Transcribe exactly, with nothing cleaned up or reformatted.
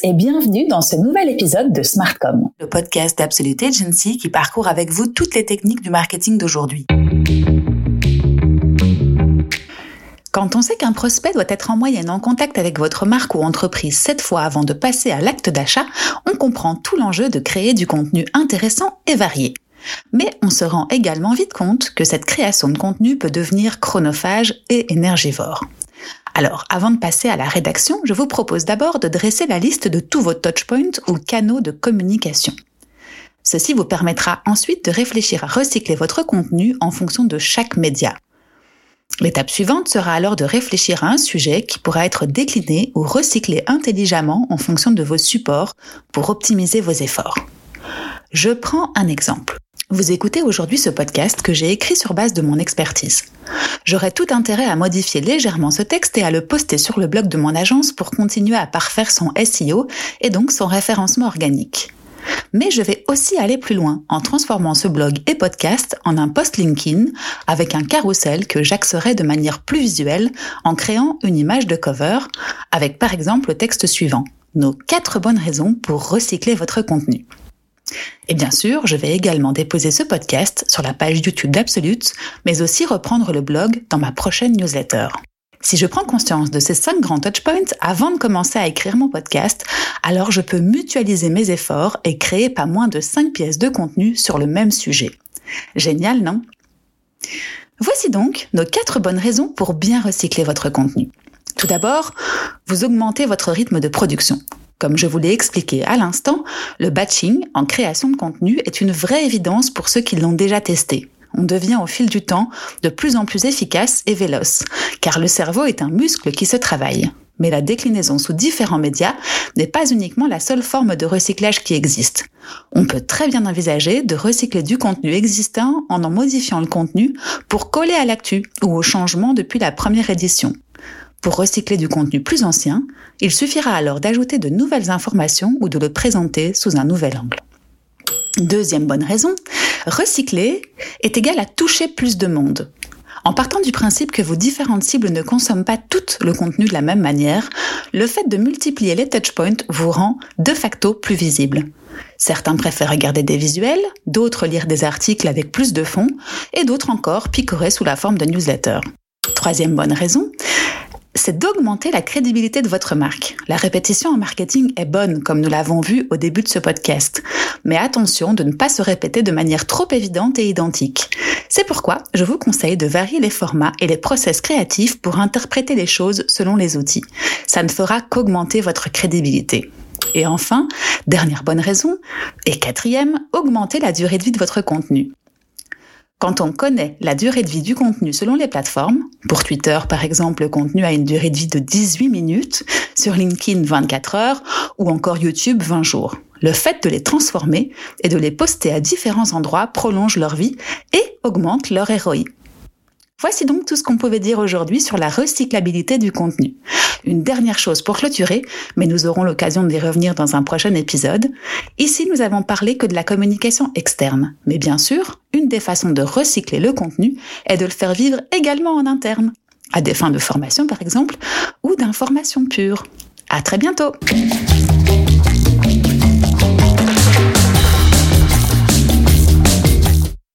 et bienvenue dans ce nouvel épisode de Smartcom, le podcast d'Absolute Agency qui parcourt avec vous toutes les techniques du marketing d'aujourd'hui. Quand on sait qu'un prospect doit être en moyenne en contact avec votre marque ou entreprise sept fois avant de passer à l'acte d'achat, on comprend tout l'enjeu de créer du contenu intéressant et varié. Mais on se rend également vite compte que cette création de contenu peut devenir chronophage et énergivore. Alors, avant de passer à la rédaction, je vous propose d'abord de dresser la liste de tous vos touchpoints ou canaux de communication. Ceci vous permettra ensuite de réfléchir à recycler votre contenu en fonction de chaque média. L'étape suivante sera alors de réfléchir à un sujet qui pourra être décliné ou recyclé intelligemment en fonction de vos supports pour optimiser vos efforts. Je prends un exemple. Vous écoutez aujourd'hui ce podcast que j'ai écrit sur base de mon expertise. J'aurais tout intérêt à modifier légèrement ce texte et à le poster sur le blog de mon agence pour continuer à parfaire son S E O et donc son référencement organique. Mais je vais aussi aller plus loin en transformant ce blog et podcast en un post LinkedIn avec un carrousel que j'axerai de manière plus visuelle en créant une image de cover avec par exemple le texte suivant « Nos quatre bonnes raisons pour recycler votre contenu ». Et bien sûr, je vais également déposer ce podcast sur la page YouTube d'Absolute, mais aussi reprendre le blog dans ma prochaine newsletter. Si je prends conscience de ces cinq grands touchpoints avant de commencer à écrire mon podcast, alors je peux mutualiser mes efforts et créer pas moins de cinq pièces de contenu sur le même sujet. Génial, non ? Voici donc nos quatre bonnes raisons pour bien recycler votre contenu. Tout d'abord, vous augmentez votre rythme de production. Comme je vous l'ai expliqué à l'instant, le batching en création de contenu est une vraie évidence pour ceux qui l'ont déjà testé. On devient au fil du temps de plus en plus efficace et véloce, car le cerveau est un muscle qui se travaille. Mais la déclinaison sous différents médias n'est pas uniquement la seule forme de recyclage qui existe. On peut très bien envisager de recycler du contenu existant en en modifiant le contenu pour coller à l'actu ou au changement depuis la première édition. Pour recycler du contenu plus ancien, il suffira alors d'ajouter de nouvelles informations ou de le présenter sous un nouvel angle. Deuxième bonne raison, recycler est égal à toucher plus de monde. En partant du principe que vos différentes cibles ne consomment pas toutes le contenu de la même manière, le fait de multiplier les touchpoints vous rend de facto plus visible. Certains préfèrent regarder des visuels, d'autres lire des articles avec plus de fond, et d'autres encore picorer sous la forme de newsletter. Troisième bonne raison, c'est d'augmenter la crédibilité de votre marque. La répétition en marketing est bonne, comme nous l'avons vu au début de ce podcast. Mais attention de ne pas se répéter de manière trop évidente et identique. C'est pourquoi je vous conseille de varier les formats et les process créatifs pour interpréter les choses selon les outils. Ça ne fera qu'augmenter votre crédibilité. Et enfin, dernière bonne raison, et quatrième, augmenter la durée de vie de votre contenu. Quand on connaît la durée de vie du contenu selon les plateformes, pour Twitter par exemple, le contenu a une durée de vie de dix-huit minutes, sur LinkedIn vingt-quatre heures ou encore YouTube vingt jours. Le fait de les transformer et de les poster à différents endroits prolonge leur vie et augmente leur R O I. Voici donc tout ce qu'on pouvait dire aujourd'hui sur la recyclabilité du contenu. Une dernière chose pour clôturer, mais nous aurons l'occasion d'y revenir dans un prochain épisode. Ici, nous avons parlé que de la communication externe. Mais bien sûr, une des façons de recycler le contenu est de le faire vivre également en interne, à des fins de formation par exemple, ou d'information pure. À très bientôt!